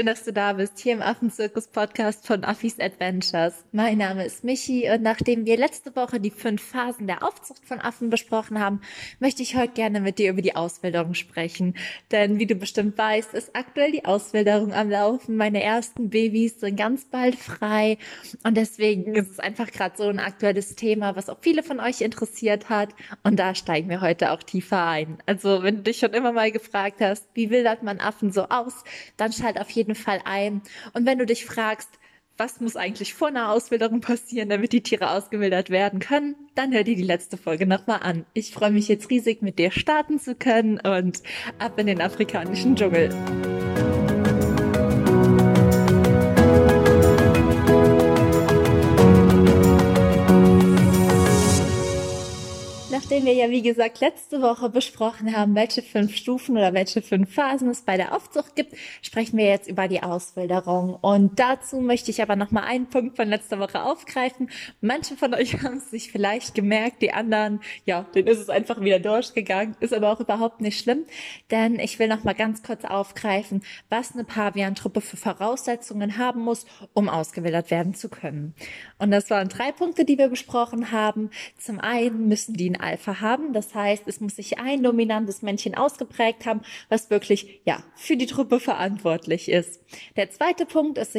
Schön, dass du da bist, hier im Affenzirkus-Podcast von Affis Adventures. Mein Name ist Michi und nachdem wir letzte Woche die 5 Phasen der Aufzucht von Affen besprochen haben, möchte ich heute gerne mit dir über die Auswilderung sprechen. Denn wie du bestimmt weißt, ist aktuell die Auswilderung am Laufen. Meine ersten Babys sind ganz bald frei und deswegen ist es einfach gerade so ein aktuelles Thema, was auch viele von euch interessiert hat. Und da steigen wir heute auch tiefer ein. Also wenn du dich schon immer mal gefragt hast, wie wildert man Affen so aus, dann schalt auf jeden Fall ein. Und wenn du dich fragst, was muss eigentlich vor einer Auswilderung passieren, damit die Tiere ausgewildert werden können, dann hör dir die letzte Folge nochmal an. Ich freue mich jetzt riesig, mit dir starten zu können und ab in den afrikanischen Dschungel. Nachdem wir ja, wie gesagt, letzte Woche besprochen haben, welche 5 Stufen oder welche 5 Phasen es bei der Aufzucht gibt, sprechen wir jetzt über die Auswilderung. Und dazu möchte ich aber nochmal einen Punkt von letzter Woche aufgreifen. Manche von euch haben es sich vielleicht gemerkt, die anderen, ja, denen ist es einfach wieder durchgegangen, ist aber auch überhaupt nicht schlimm, denn ich will nochmal ganz kurz aufgreifen, was eine Pavian-Truppe für Voraussetzungen haben muss, um ausgewildert werden zu können. Und das waren 3 Punkte, die wir besprochen haben. Zum einen müssen die ein Alpha haben, das heißt, es muss sich ein dominantes Männchen ausgeprägt haben, was wirklich, ja, für die Truppe verantwortlich ist. Der zweite Punkt ist,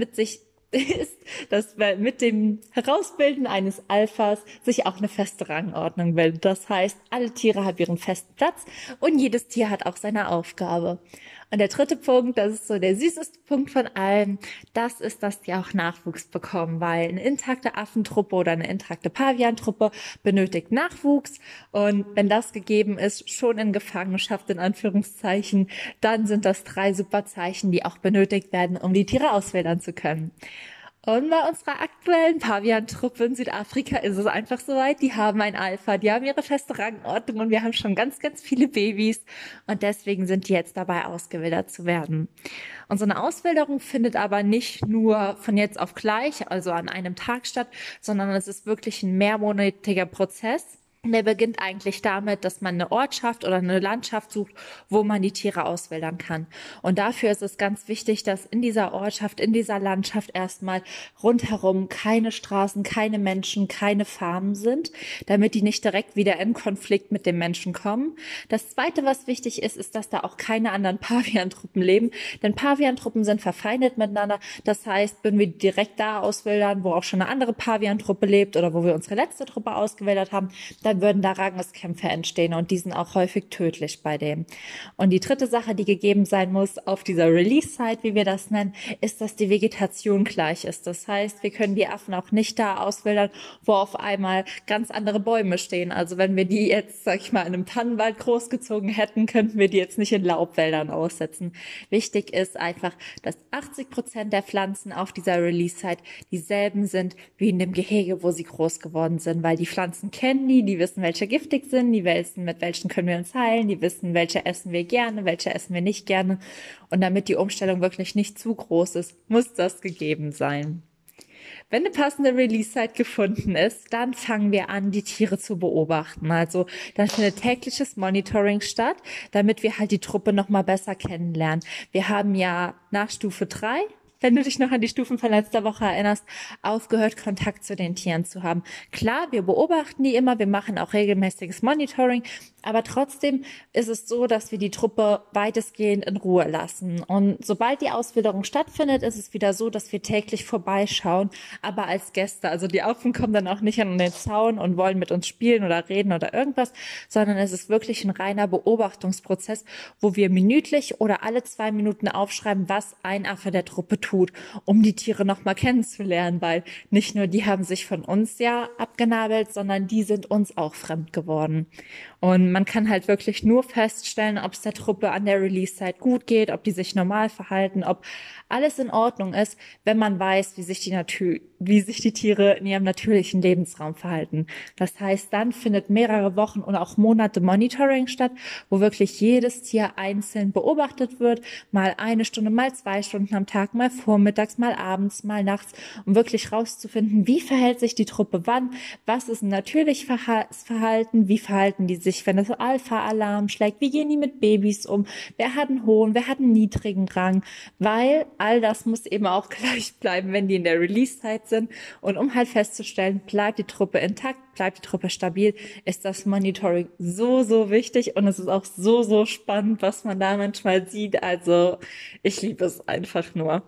dass mit dem Herausbilden eines Alphas sich auch eine feste Rangordnung bildet. Das heißt, alle Tiere haben ihren festen Platz und jedes Tier hat auch seine Aufgabe. Und der dritte Punkt, das ist so der süßeste Punkt von allen, das ist, dass die auch Nachwuchs bekommen, weil eine intakte Affentruppe oder eine intakte Paviantruppe benötigt Nachwuchs. Und wenn das gegeben ist, schon in Gefangenschaft in Anführungszeichen, dann sind das 3 super Zeichen, die auch benötigt werden, um die Tiere auswildern zu können. Und bei unserer aktuellen Pavian-Truppe in Südafrika ist es einfach soweit, die haben ein Alpha, die haben ihre feste Rangordnung und wir haben schon ganz, ganz viele Babys und deswegen sind die jetzt dabei, ausgewildert zu werden. Und so eine Auswilderung findet aber nicht nur von jetzt auf gleich, also an einem Tag statt, sondern es ist wirklich ein mehrmonatiger Prozess. Der beginnt eigentlich damit, dass man eine Ortschaft oder eine Landschaft sucht, wo man die Tiere auswildern kann. Und dafür ist es ganz wichtig, dass in dieser Ortschaft, in dieser Landschaft erstmal rundherum keine Straßen, keine Menschen, keine Farmen sind, damit die nicht direkt wieder in Konflikt mit den Menschen kommen. Das Zweite, was wichtig ist, ist, dass da auch keine anderen Paviantruppen leben, denn Paviantruppen sind verfeindet miteinander. Das heißt, wenn wir direkt da auswildern, wo auch schon eine andere Paviantruppe lebt oder wo wir unsere letzte Truppe ausgewildert haben, dann würden da Rangeskämpfe entstehen und die sind auch häufig tödlich bei dem. Und die dritte Sache, die gegeben sein muss auf dieser Release-Site, wie wir das nennen, ist, dass die Vegetation gleich ist. Das heißt, wir können die Affen auch nicht da auswildern, wo auf einmal ganz andere Bäume stehen. Also wenn wir die jetzt, sag ich mal, in einem Tannenwald großgezogen hätten, könnten wir die jetzt nicht in Laubwäldern aussetzen. Wichtig ist einfach, dass 80% der Pflanzen auf dieser Release-Site dieselben sind wie in dem Gehege, wo sie groß geworden sind, weil die Pflanzen kennen die wissen, welche giftig sind, die wissen, mit welchen können wir uns heilen, die wissen, welche essen wir gerne, welche essen wir nicht gerne. Und damit die Umstellung wirklich nicht zu groß ist, muss das gegeben sein. Wenn eine passende Release-Site gefunden ist, dann fangen wir an, die Tiere zu beobachten. Also dann findet tägliches Monitoring statt, damit wir halt die Truppe nochmal besser kennenlernen. Wir haben ja nach Stufe 3, wenn du dich noch an die Stufen von letzter Woche erinnerst, aufgehört, Kontakt zu den Tieren zu haben. Klar, wir beobachten die immer, wir machen auch regelmäßiges Monitoring, aber trotzdem ist es so, dass wir die Truppe weitestgehend in Ruhe lassen. Und sobald die Auswilderung stattfindet, ist es wieder so, dass wir täglich vorbeischauen, aber als Gäste. Also die Affen kommen dann auch nicht an den Zaun und wollen mit uns spielen oder reden oder irgendwas, sondern es ist wirklich ein reiner Beobachtungsprozess, wo wir minütlich oder alle 2 Minuten aufschreiben, was ein Affe der Truppe tut, um die Tiere nochmal kennenzulernen, weil nicht nur die haben sich von uns ja abgenabelt, sondern die sind uns auch fremd geworden. Und man kann halt wirklich nur feststellen, ob es der Truppe an der Release-Site gut geht, ob die sich normal verhalten, ob alles in Ordnung ist, wenn man weiß, wie sich die Tiere in ihrem natürlichen Lebensraum verhalten. Das heißt, dann findet mehrere Wochen und auch Monate Monitoring statt, wo wirklich jedes Tier einzeln beobachtet wird, mal 1 Stunde, mal 2 Stunden am Tag, mal vormittags, mal abends, mal nachts, um wirklich rauszufinden, wie verhält sich die Truppe wann, was ist ein natürliches Verhalten, wie verhalten die sich, wenn das Alpha-Alarm schlägt, wie gehen die mit Babys um, wer hat einen hohen, wer hat einen niedrigen Rang, weil all das muss eben auch gleich bleiben, wenn die in der Release-Zeit sind. Und um halt festzustellen, bleibt die Truppe intakt, bleibt die Truppe stabil, ist das Monitoring so, so wichtig und es ist auch so, so spannend, was man da manchmal sieht. Also ich liebe es einfach nur.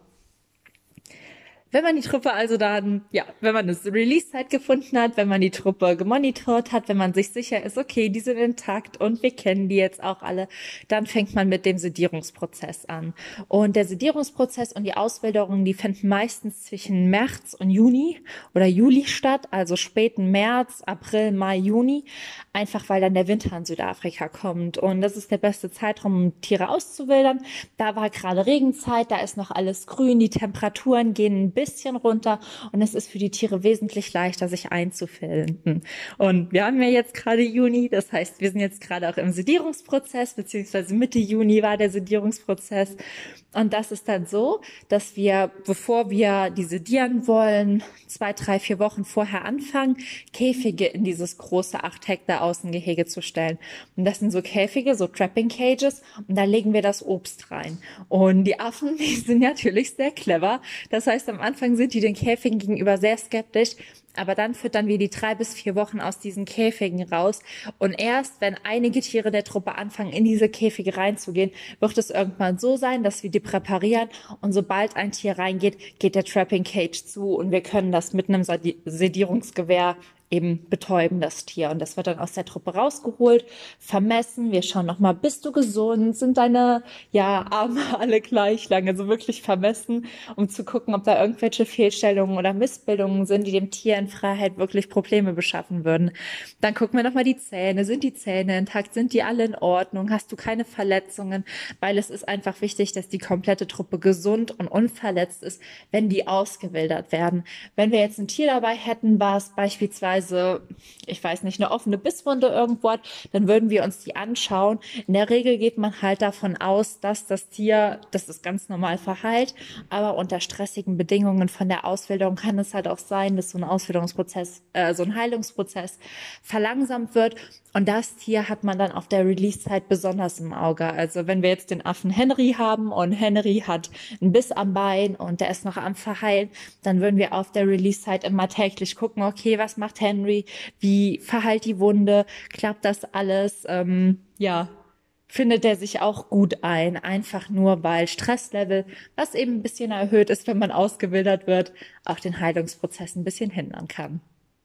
Wenn man die Truppe also dann, ja, wenn man das Release-Zeit gefunden hat, wenn man die Truppe gemonitort hat, wenn man sich sicher ist, okay, die sind intakt und wir kennen die jetzt auch alle, dann fängt man mit dem Sedierungsprozess an. Und der Sedierungsprozess und die Auswilderung, die finden meistens zwischen März und Juni oder Juli statt, also späten März, April, Mai, Juni, einfach weil dann der Winter in Südafrika kommt. Und das ist der beste Zeitraum, um Tiere auszuwildern. Da war gerade Regenzeit, da ist noch alles grün, die Temperaturen gehen ein bisschen runter und es ist für die Tiere wesentlich leichter, sich einzufinden. Und wir haben ja jetzt gerade Juni, das heißt, wir sind jetzt gerade auch im Sedierungsprozess, beziehungsweise Mitte Juni war der Sedierungsprozess. Und das ist dann so, dass wir, bevor wir die sedieren wollen, 2, 3, 4 Wochen vorher anfangen, Käfige in dieses große 8 Hektar Außengehege zu stellen. Und das sind so Käfige, so Trapping Cages, und da legen wir das Obst rein. Und die Affen, die sind natürlich sehr clever. Das heißt, am Anfang sind die den Käfigen gegenüber sehr skeptisch, aber dann füttern wir die 3 bis 4 Wochen aus diesen Käfigen raus. Und erst, wenn einige Tiere der Truppe anfangen, in diese Käfige reinzugehen, wird es irgendwann so sein, dass wir die präparieren. Und sobald ein Tier reingeht, geht der Trapping Cage zu und wir können das mit einem Sedierungsgewehr eben betäuben, das Tier. Und das wird dann aus der Truppe rausgeholt, vermessen. Wir schauen nochmal, bist du gesund? Sind deine, ja, Arme alle gleich lang? Also wirklich vermessen, um zu gucken, ob da irgendwelche Fehlstellungen oder Missbildungen sind, die dem Tier in Freiheit wirklich Probleme beschaffen würden. Dann gucken wir nochmal die Zähne. Sind die Zähne intakt? Sind die alle in Ordnung? Hast du keine Verletzungen? Weil es ist einfach wichtig, dass die komplette Truppe gesund und unverletzt ist, wenn die ausgewildert werden. Wenn wir jetzt ein Tier dabei hätten, was beispielsweise, ich weiß nicht, eine offene Bisswunde irgendwo hat, dann würden wir uns die anschauen. In der Regel geht man halt davon aus, dass das Tier, dass es ganz normal verheilt, aber unter stressigen Bedingungen von der Auswilderung kann es halt auch sein, dass so ein Auswilderungsprozess, so ein Heilungsprozess verlangsamt wird. Und das Tier hat man dann auf der Release-Zeit besonders im Auge. Also wenn wir jetzt den Affen Henry haben und Henry hat einen Biss am Bein und der ist noch am Verheilen, dann würden wir auf der Release-Zeit immer täglich gucken, okay, was macht Henry? Wie verheilt die Wunde? Klappt das alles? Ja, findet er sich auch gut ein, einfach nur weil Stresslevel, was eben ein bisschen erhöht ist, wenn man ausgewildert wird, auch den Heilungsprozess ein bisschen hindern kann.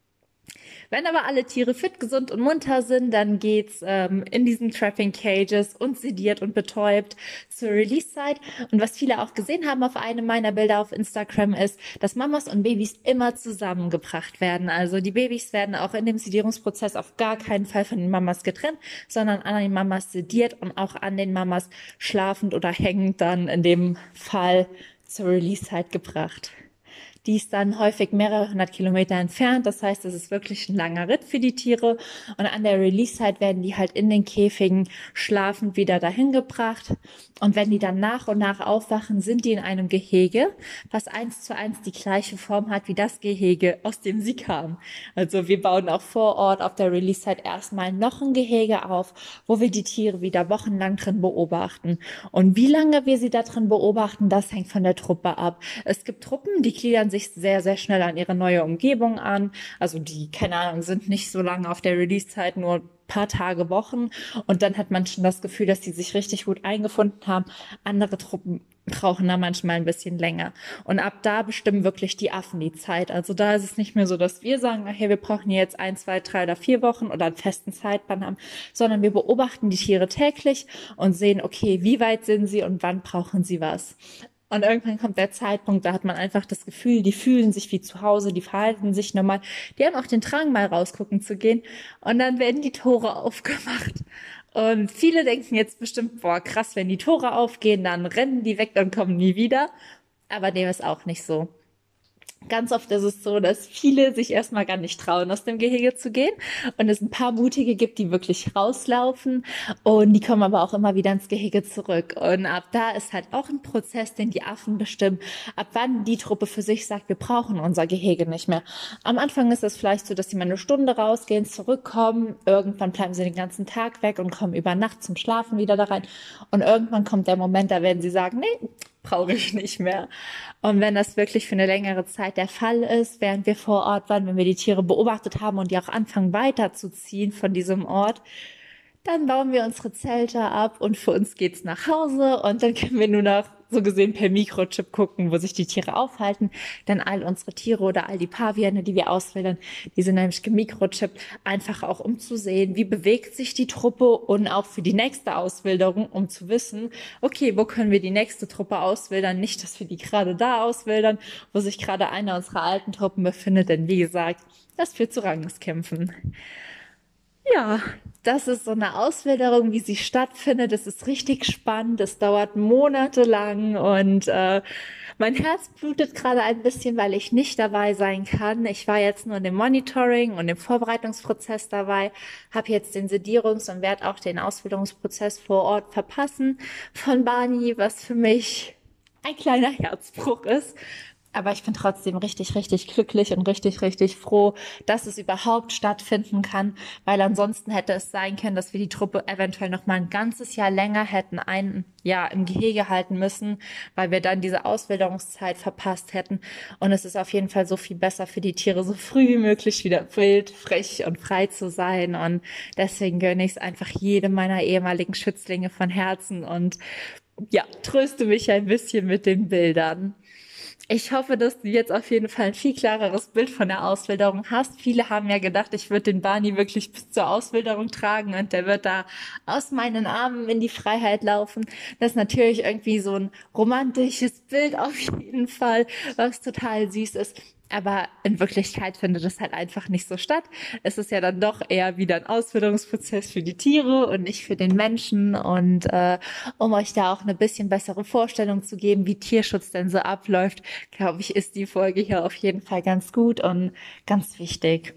Wenn aber alle Tiere fit, gesund und munter sind, dann geht's in diesen Trapping Cages und sediert und betäubt zur Release-Zeit. Und was viele auch gesehen haben auf einem meiner Bilder auf Instagram ist, dass Mamas und Babys immer zusammengebracht werden. Also die Babys werden auch in dem Sedierungsprozess auf gar keinen Fall von den Mamas getrennt, sondern an den Mamas sediert und auch an den Mamas schlafend oder hängend dann in dem Fall zur Release-Zeit gebracht. Die ist dann häufig mehrere 100 Kilometer entfernt. Das heißt, es ist wirklich ein langer Ritt für die Tiere. Und an der Release-Zeit werden die halt in den Käfigen schlafend wieder dahin gebracht. Und wenn die dann nach und nach aufwachen, sind die in einem Gehege, was 1:1 die gleiche Form hat wie das Gehege, aus dem sie kamen. Also wir bauen auch vor Ort auf der Release-Zeit erstmal noch ein Gehege auf, wo wir die Tiere wieder wochenlang drin beobachten. Und wie lange wir sie da drin beobachten, das hängt von der Truppe ab. Es gibt Truppen, die gliedern sich sehr, sehr schnell an ihre neue Umgebung an. Also die, keine Ahnung, sind nicht so lange auf der Release-Zeit, nur ein paar Tage, Wochen. Und dann hat man schon das Gefühl, dass die sich richtig gut eingefunden haben. Andere Truppen brauchen da manchmal ein bisschen länger. Und ab da bestimmen wirklich die Affen die Zeit. Also da ist es nicht mehr so, dass wir sagen, hey, wir brauchen jetzt 1, 2, 3 oder 4 Wochen oder einen festen Zeitplan haben, sondern wir beobachten die Tiere täglich und sehen, okay, wie weit sind sie und wann brauchen sie was. Und irgendwann kommt der Zeitpunkt, da hat man einfach das Gefühl, die fühlen sich wie zu Hause, die verhalten sich normal. Die haben auch den Drang, mal rausgucken zu gehen. Und dann werden die Tore aufgemacht. Und viele denken jetzt bestimmt, boah, krass, wenn die Tore aufgehen, dann rennen die weg und kommen nie wieder. Aber dem ist auch nicht so. Ganz oft ist es so, dass viele sich erstmal gar nicht trauen, aus dem Gehege zu gehen und es ein paar Mutige gibt, die wirklich rauslaufen und die kommen aber auch immer wieder ins Gehege zurück. Und ab da ist halt auch ein Prozess, den die Affen bestimmen, ab wann die Truppe für sich sagt, wir brauchen unser Gehege nicht mehr. Am Anfang ist es vielleicht so, dass sie mal eine Stunde rausgehen, zurückkommen, irgendwann bleiben sie den ganzen Tag weg und kommen über Nacht zum Schlafen wieder da rein und irgendwann kommt der Moment, da werden sie sagen, nee, brauche ich nicht mehr. Und wenn das wirklich für eine längere Zeit der Fall ist, während wir vor Ort waren, wenn wir die Tiere beobachtet haben und die auch anfangen weiterzuziehen von diesem Ort, dann bauen wir unsere Zelte ab und für uns geht's nach Hause und dann können wir nur noch so gesehen per Mikrochip gucken, wo sich die Tiere aufhalten. Denn all unsere Tiere oder all die Paviane, die wir auswählen, die sind nämlich gemikrochippt, einfach auch um zu sehen, wie bewegt sich die Truppe und auch für die nächste Auswilderung, um zu wissen, okay, wo können wir die nächste Truppe auswildern? Nicht, dass wir die gerade da auswildern, wo sich gerade eine unserer alten Truppen befindet, denn wie gesagt, das führt zu Rangeskämpfen. Ja, das ist so eine Auswilderung, wie sie stattfindet. Es ist richtig spannend. Es dauert monatelang und mein Herz blutet gerade ein bisschen, weil ich nicht dabei sein kann. Ich war jetzt nur in dem Monitoring und im Vorbereitungsprozess dabei, habe jetzt den Sedierungs- und werde auch den Ausbildungsprozess vor Ort verpassen von Barney, was für mich ein kleiner Herzbruch ist. Aber ich bin trotzdem richtig, richtig glücklich und richtig, richtig froh, dass es überhaupt stattfinden kann, weil ansonsten hätte es sein können, dass wir die Truppe eventuell noch mal ein ganzes Jahr länger hätten ein Jahr im Gehege halten müssen, weil wir dann diese Auswilderungszeit verpasst hätten. Und es ist auf jeden Fall so viel besser für die Tiere, so früh wie möglich wieder wild, frech und frei zu sein. Und deswegen gönne ich es einfach jedem meiner ehemaligen Schützlinge von Herzen und ja, tröste mich ein bisschen mit den Bildern. Ich hoffe, dass du jetzt auf jeden Fall ein viel klareres Bild von der Auswilderung hast. Viele haben ja gedacht, ich würde den Barney wirklich bis zur Auswilderung tragen und der wird da aus meinen Armen in die Freiheit laufen. Das ist natürlich irgendwie so ein romantisches Bild auf jeden Fall, was total süß ist. Aber in Wirklichkeit findet es halt einfach nicht so statt. Es ist ja dann doch eher wieder ein Ausbildungsprozess für die Tiere und nicht für den Menschen. Und um euch da auch eine bisschen bessere Vorstellung zu geben, wie Tierschutz denn so abläuft, glaube ich, ist die Folge hier auf jeden Fall ganz gut und ganz wichtig.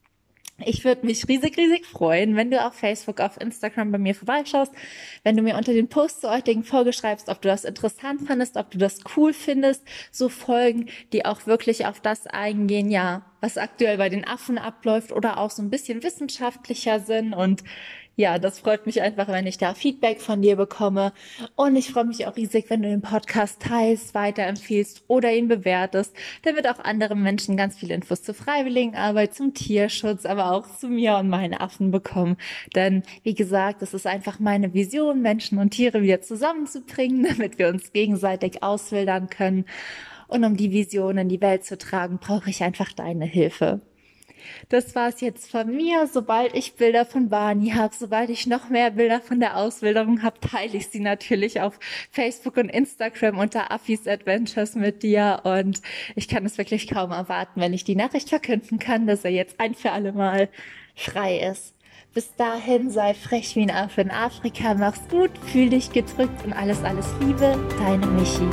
Ich würde mich riesig, riesig freuen, wenn du auf Facebook, auf Instagram bei mir vorbeischaust, wenn du mir unter den Post zur heutigen Folge schreibst, ob du das interessant fandest, ob du das cool findest, so Folgen, die auch wirklich auf das eingehen, ja, was aktuell bei den Affen abläuft oder auch so ein bisschen wissenschaftlicher sind und ja, das freut mich einfach, wenn ich da Feedback von dir bekomme. Und ich freue mich auch riesig, wenn du den Podcast teilst, weiterempfiehlst oder ihn bewertest, damit auch andere Menschen ganz viele Infos zur Freiwilligenarbeit, zum Tierschutz, aber auch zu mir und meinen Affen bekommen. Denn, wie gesagt, es ist einfach meine Vision, Menschen und Tiere wieder zusammenzubringen, damit wir uns gegenseitig auswildern können. Und um die Vision in die Welt zu tragen, brauche ich einfach deine Hilfe. Das war's jetzt von mir. Sobald ich Bilder von Barney habe, sobald ich noch mehr Bilder von der Auswilderung habe, teile ich sie natürlich auf Facebook und Instagram unter Affis Adventures mit dir. Und ich kann es wirklich kaum erwarten, wenn ich die Nachricht verkünden kann, dass er jetzt ein für alle Mal frei ist. Bis dahin sei frech wie ein Affe in Afrika. Mach's gut, fühl dich gedrückt und alles, alles Liebe. Deine Michi.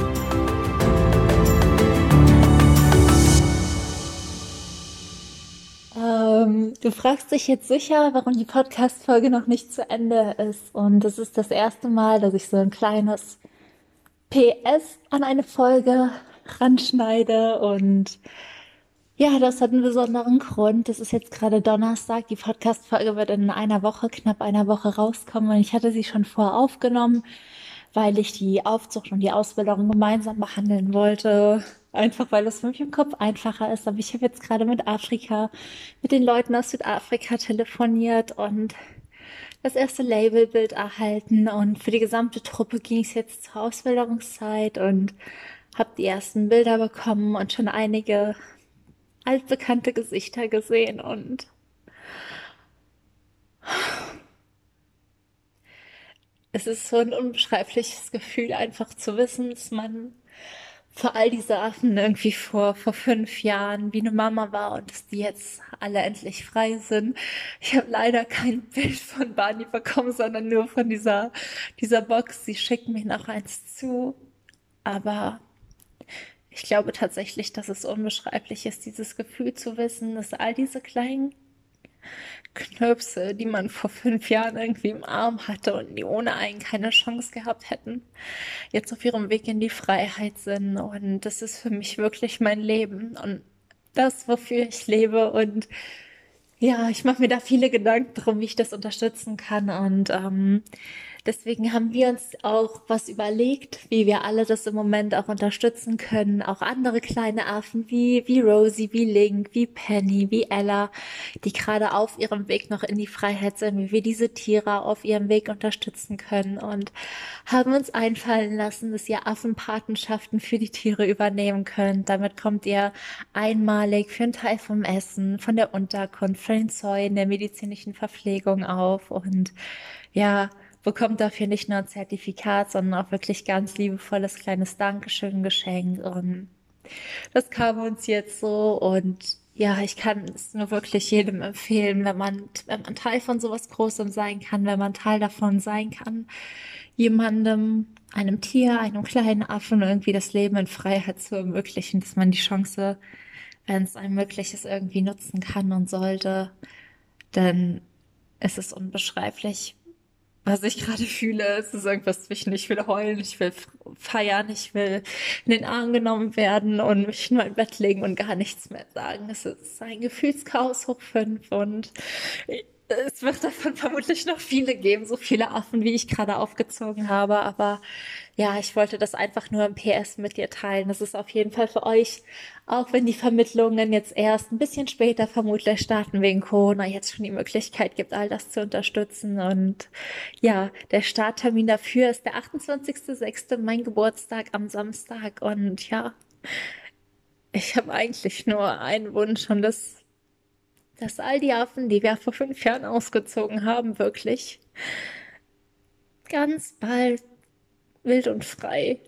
Du fragst dich jetzt sicher, warum die Podcast-Folge noch nicht zu Ende ist. Und das ist das erste Mal, dass ich so ein kleines PS an eine Folge ranschneide. Und ja, das hat einen besonderen Grund. Das ist jetzt gerade Donnerstag. Die Podcast-Folge wird in einer Woche, knapp einer Woche rauskommen. Und ich hatte sie schon voraufgenommen, weil ich die Aufzucht und die Ausbildung gemeinsam behandeln wollte. Einfach weil es für mich im Kopf einfacher ist. Aber ich habe jetzt gerade mit den Leuten aus Südafrika telefoniert und das erste Labelbild erhalten. Und für die gesamte Truppe ging es jetzt zur Auswilderungszeit und habe die ersten Bilder bekommen und schon einige altbekannte Gesichter gesehen. Und es ist so ein unbeschreibliches Gefühl, einfach zu wissen, dass man für all diese Affen irgendwie vor 5 Jahren wie eine Mama war und dass die jetzt alle endlich frei sind. Ich habe leider kein Bild von Barney bekommen, sondern nur von dieser Box. Sie schicken mir noch eins zu. Aber Ich glaube tatsächlich, dass es unbeschreiblich ist, dieses Gefühl zu wissen, dass all diese kleinen Knirpse, die man vor 5 Jahren irgendwie im Arm hatte und die ohne einen keine Chance gehabt hätten, jetzt auf ihrem Weg in die Freiheit sind. Und das ist für mich wirklich mein Leben und das, wofür ich lebe. Und ja, ich mache mir da viele Gedanken drum, wie ich das unterstützen kann. Und deswegen haben wir uns auch was überlegt, wie wir alle das im Moment auch unterstützen können. Auch andere kleine Affen wie Rosie, wie Link, wie Penny, wie Ella, die gerade auf ihrem Weg noch in die Freiheit sind, wie wir diese Tiere auf ihrem Weg unterstützen können. Und haben uns einfallen lassen, dass ihr Affenpatenschaften für die Tiere übernehmen könnt. Damit kommt ihr einmalig für einen Teil vom Essen, von der Unterkunft, von den Zäunen, der medizinischen Verpflegung auf und ja, bekommt dafür nicht nur ein Zertifikat, sondern auch wirklich ganz liebevolles kleines Dankeschön, Geschenk. Und das kam uns jetzt so und ja, ich kann es nur wirklich jedem empfehlen, wenn man Teil von sowas Großem sein kann, wenn man Teil davon sein kann, jemandem, einem Tier, einem kleinen Affen irgendwie das Leben in Freiheit zu ermöglichen, dass man die Chance, wenn es einem möglich ist, irgendwie nutzen kann und sollte, dann ist es unbeschreiblich, was ich gerade fühle. Es ist irgendwas zwischen, ich will heulen, ich will feiern, ich will in den Arm genommen werden und mich in mein Bett legen und gar nichts mehr sagen. Es ist ein Gefühlschaos hoch 5 und es wird davon vermutlich noch viele geben, so viele Affen, wie ich gerade aufgezogen habe. Aber ja, ich wollte das einfach nur im PS mit dir teilen. Das ist auf jeden Fall für euch, auch wenn die Vermittlungen jetzt erst ein bisschen später vermutlich starten wegen Corona, jetzt schon die Möglichkeit gibt, all das zu unterstützen. Und ja, der Starttermin dafür ist der 28.06., mein Geburtstag am Samstag. Und ja, ich habe eigentlich nur einen Wunsch und dass all die Affen, die wir vor 5 Jahren ausgezogen haben, wirklich ganz bald wild und frei,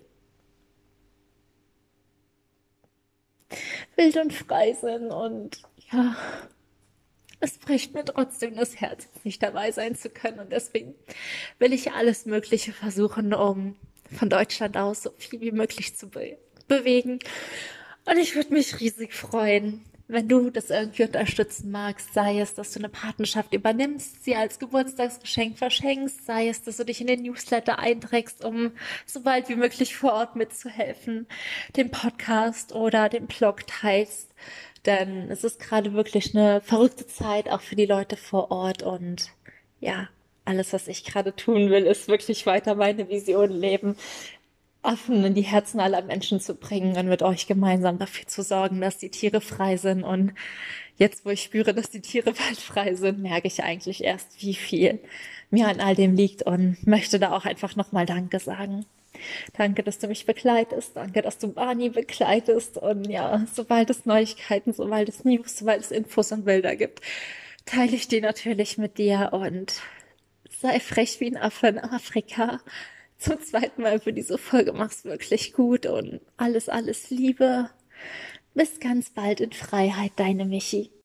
wild und frei sind. Und ja, es bricht mir trotzdem das Herz, nicht dabei sein zu können. Und deswegen will ich alles Mögliche versuchen, um von Deutschland aus so viel wie möglich zu bewegen. Und ich würde mich riesig freuen, wenn du das irgendwie unterstützen magst, sei es, dass du eine Patenschaft übernimmst, sie als Geburtstagsgeschenk verschenkst, sei es, dass du dich in den Newsletter einträgst, um so bald wie möglich vor Ort mitzuhelfen, den Podcast oder den Blog teilst. Denn es ist gerade wirklich eine verrückte Zeit, auch für die Leute vor Ort. Und ja, alles, was ich gerade tun will, ist wirklich weiter meine Vision leben, Affen in die Herzen aller Menschen zu bringen und mit euch gemeinsam dafür zu sorgen, dass die Tiere frei sind. Und jetzt, wo ich spüre, dass die Tiere bald frei sind, merke ich eigentlich erst, wie viel mir an all dem liegt und möchte da auch einfach nochmal Danke sagen. Danke, dass du mich begleitest. Danke, dass du Barney begleitest. Und ja, sobald es Neuigkeiten, sobald es News, sobald es Infos und Bilder gibt, teile ich die natürlich mit dir und sei frech wie ein Affe in Afrika. Zum zweiten Mal für diese Folge. Mach's wirklich gut und alles, alles Liebe. Bis ganz bald in Freiheit, deine Michi.